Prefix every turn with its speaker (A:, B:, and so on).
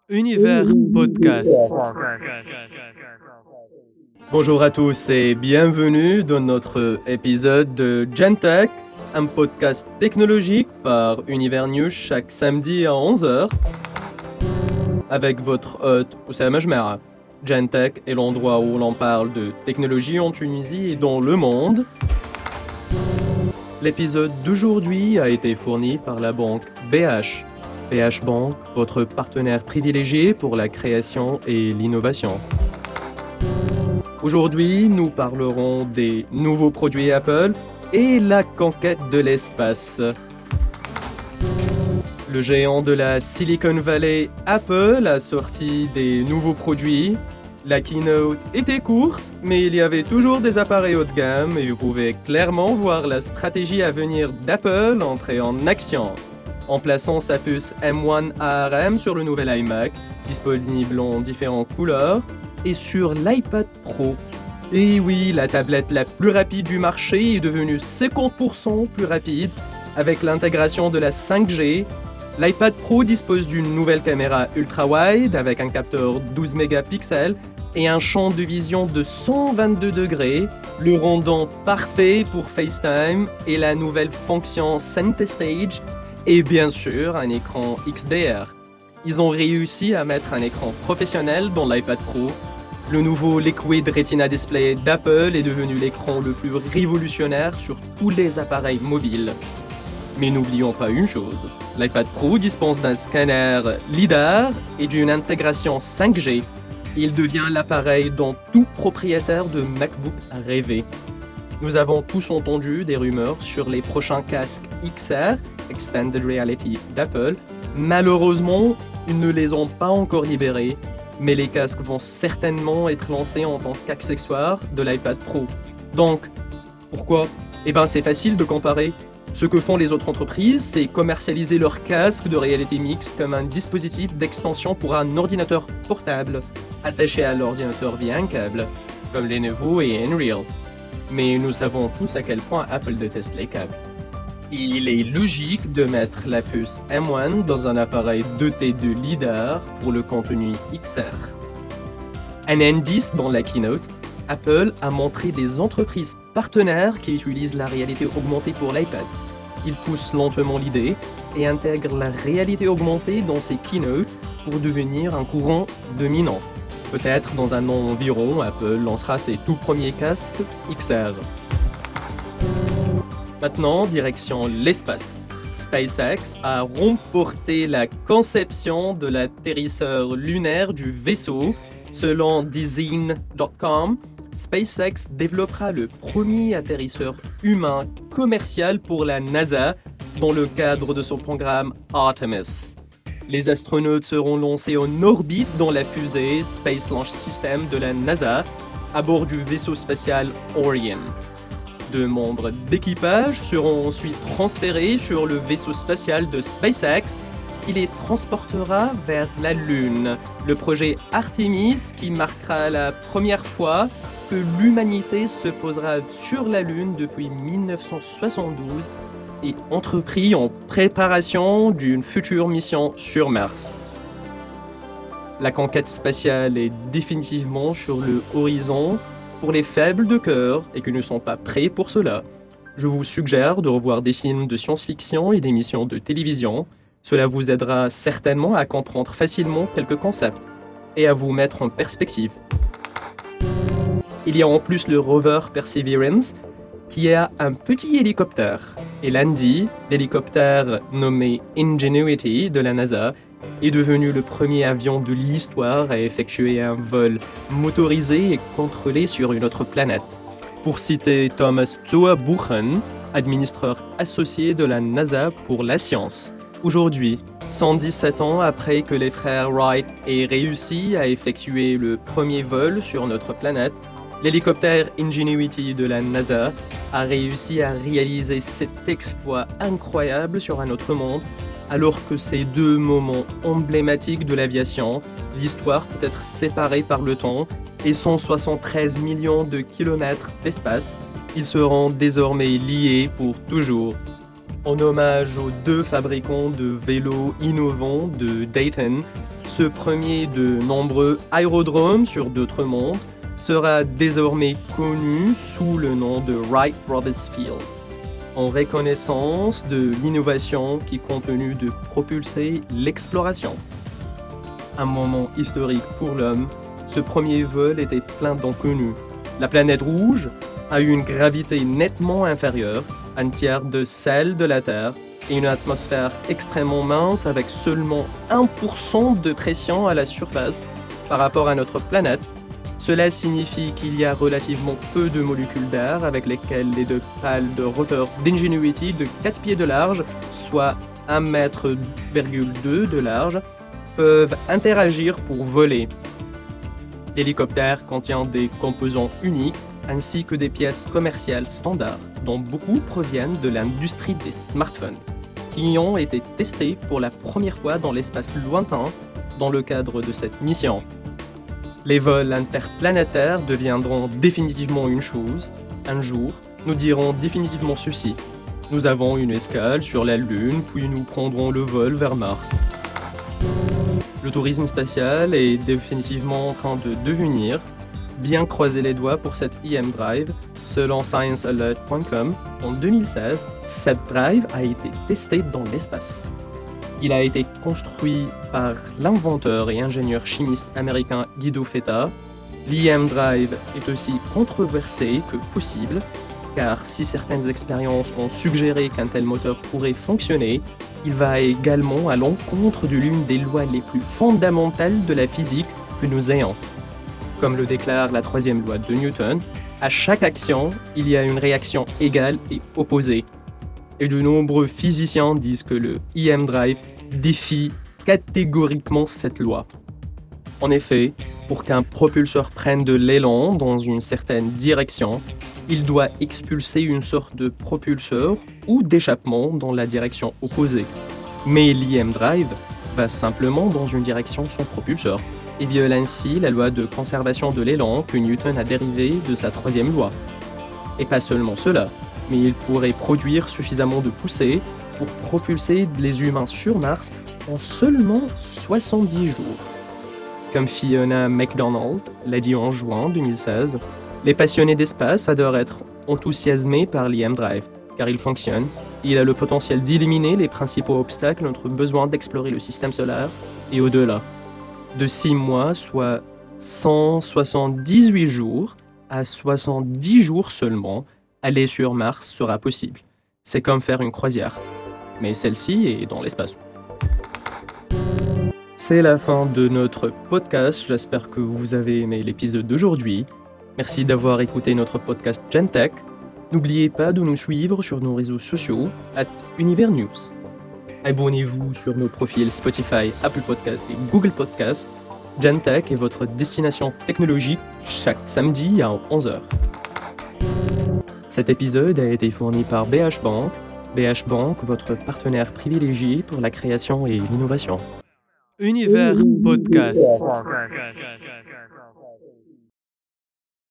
A: Univers Podcast. Bonjour à tous et bienvenue dans notre épisode de Gentech, un podcast technologique par Univers News chaque samedi à 11h. Avec votre hôte Oussama Jmera. Gentech est l'endroit où l'on parle de technologie en Tunisie et dans le monde. L'épisode d'aujourd'hui a été fourni par la banque BH. BH Bank, votre partenaire privilégié pour la création et l'innovation. Aujourd'hui, nous parlerons des nouveaux produits Apple et la conquête de l'espace. Le géant de la Silicon Valley, Apple, a sorti des nouveaux produits. La keynote était courte, mais il y avait toujours des appareils haut de gamme et vous pouvez clairement voir la stratégie à venir d'Apple entrer en action. En plaçant sa puce M1 ARM sur le nouvel iMac, disponible en différentes couleurs, et sur l'iPad Pro. Et oui, la tablette la plus rapide du marché est devenue 50% plus rapide avec l'intégration de la 5G. L'iPad Pro dispose d'une nouvelle caméra ultra-wide avec un capteur 12 mégapixels et un champ de vision de 122 degrés, le rendant parfait pour FaceTime et la nouvelle fonction Center Stage et bien sûr un écran XDR. Ils ont réussi à mettre un écran professionnel dans l'iPad Pro. Le nouveau Liquid Retina Display d'Apple est devenu l'écran le plus révolutionnaire sur tous les appareils mobiles. Mais n'oublions pas une chose, l'iPad Pro dispose d'un scanner LiDAR et d'une intégration 5G. Il devient l'appareil dont tout propriétaire de MacBook a rêvé. Nous avons tous entendu des rumeurs sur les prochains casques XR, Extended Reality d'Apple. Malheureusement, ils ne les ont pas encore libérés, mais les casques vont certainement être lancés en tant qu'accessoire de l'iPad Pro. Donc, pourquoi ? C'est facile de comparer. Ce que font les autres entreprises, c'est commercialiser leurs casques de réalité mixte comme un dispositif d'extension pour un ordinateur portable, attaché à l'ordinateur via un câble, comme Lenovo et Nreal. Mais nous savons tous à quel point Apple déteste les câbles. Il est logique de mettre la puce M1 dans un appareil doté de LiDAR pour le contenu XR. Un indice dans la keynote, Apple a montré des entreprises partenaires qui utilisent la réalité augmentée pour l'iPad. Ils poussent lentement l'idée et intègrent la réalité augmentée dans ses keynotes pour devenir un courant dominant. Peut-être dans un an environ, Apple lancera ses tout premiers casques XR. Maintenant, direction l'espace. SpaceX a remporté la conception de l'atterrisseur lunaire du vaisseau. Selon Design.com, SpaceX développera le premier atterrisseur humain commercial pour la NASA dans le cadre de son programme Artemis. Les astronautes seront lancés en orbite dans la fusée Space Launch System de la NASA à bord du vaisseau spatial Orion. 2 membres d'équipage seront ensuite transférés sur le vaisseau spatial de SpaceX qui les transportera vers la Lune. Le projet Artemis qui marquera la première fois que l'humanité se posera sur la Lune depuis 1972 est entrepris en préparation d'une future mission sur Mars. La conquête spatiale est définitivement sur le horizon pour les faibles de cœur et qui ne sont pas prêts pour cela. Je vous suggère de revoir des films de science-fiction et des émissions de télévision. Cela vous aidera certainement à comprendre facilement quelques concepts et à vous mettre en perspective. Il y a en plus le rover Perseverance qui a un petit hélicoptère. Et lundi, l'hélicoptère nommé Ingenuity de la NASA est devenu le premier avion de l'histoire à effectuer un vol motorisé et contrôlé sur une autre planète. Pour citer Thomas Buchen, administrateur associé de la NASA pour la science. Aujourd'hui, 117 ans après que les frères Wright aient réussi à effectuer le premier vol sur notre planète, l'hélicoptère Ingenuity de la NASA a réussi à réaliser cet exploit incroyable sur un autre monde, alors que ces 2 moments emblématiques de l'aviation, l'histoire peut être séparée par le temps et 173 millions de kilomètres d'espace, ils seront désormais liés pour toujours. En hommage aux 2 fabricants de vélos innovants de Dayton, Ce premier de nombreux aérodromes sur d'autres mondes sera désormais connu sous le nom de Wright Brothers Field, en reconnaissance de l'innovation qui continue de propulser l'exploration. Un moment historique pour l'homme, ce premier vol était plein d'inconnus. La planète rouge a eu une gravité nettement inférieure, un tiers de celle de la Terre, et une atmosphère extrêmement mince avec seulement 1% de pression à la surface par rapport à notre planète. Cela signifie qu'il y a relativement peu de molécules d'air avec lesquelles les deux pales de rotor d'Ingenuity de 4 pieds de large, soit 1,2 m de large, peuvent interagir pour voler. L'hélicoptère contient des composants uniques ainsi que des pièces commerciales standards dont beaucoup proviennent de l'industrie des smartphones, qui ont été testés pour la première fois dans l'espace lointain dans le cadre de cette mission. Les vols interplanétaires deviendront définitivement une chose. Un jour, nous dirons définitivement ceci. Nous avons une escale sur la Lune, puis nous prendrons le vol vers Mars. Le tourisme spatial est définitivement en train de devenir, bien croiser les doigts pour cette EM Drive. Selon ScienceAlert.com, en 2016, cette drive a été testée dans l'espace. Il a été construit par l'inventeur et ingénieur chimiste américain Guido Feta. L'EM Drive est aussi controversé que possible, car si certaines expériences ont suggéré qu'un tel moteur pourrait fonctionner, il va également à l'encontre de l'une des lois les plus fondamentales de la physique que nous ayons. Comme le déclare la troisième loi de Newton, à chaque action, il y a une réaction égale et opposée. Et de nombreux physiciens disent que le EM Drive défie catégoriquement cette loi. En effet, pour qu'un propulseur prenne de l'élan dans une certaine direction, il doit expulser une sorte de propulseur ou d'échappement dans la direction opposée. Mais l'EM Drive va simplement dans une direction sans propulseur et viole ainsi la loi de conservation de l'élan que Newton a dérivée de sa troisième loi. Et pas seulement cela, mais il pourrait produire suffisamment de poussée pour propulser les humains sur Mars en seulement 70 jours. Comme Fiona McDonald l'a dit en juin 2016, les passionnés d'espace adorent être enthousiasmés par l'EM Drive, car il fonctionne, il a le potentiel d'éliminer les principaux obstacles à notre besoin d'explorer le système solaire et au-delà. De 6 mois, soit 178 jours, à 70 jours seulement, aller sur Mars sera possible. C'est comme faire une croisière, mais celle-ci est dans l'espace. C'est la fin de notre podcast, j'espère que vous avez aimé l'épisode d'aujourd'hui. Merci d'avoir écouté notre podcast Gentech. N'oubliez pas de nous suivre sur nos réseaux sociaux @univernews. Abonnez-vous sur nos profils Spotify, Apple Podcast et Google Podcast. Gentech est votre destination technologique chaque samedi à 11h. Cet épisode a été fourni par BH Bank. BH Bank, votre partenaire privilégié pour la création et l'innovation. Univers Podcast.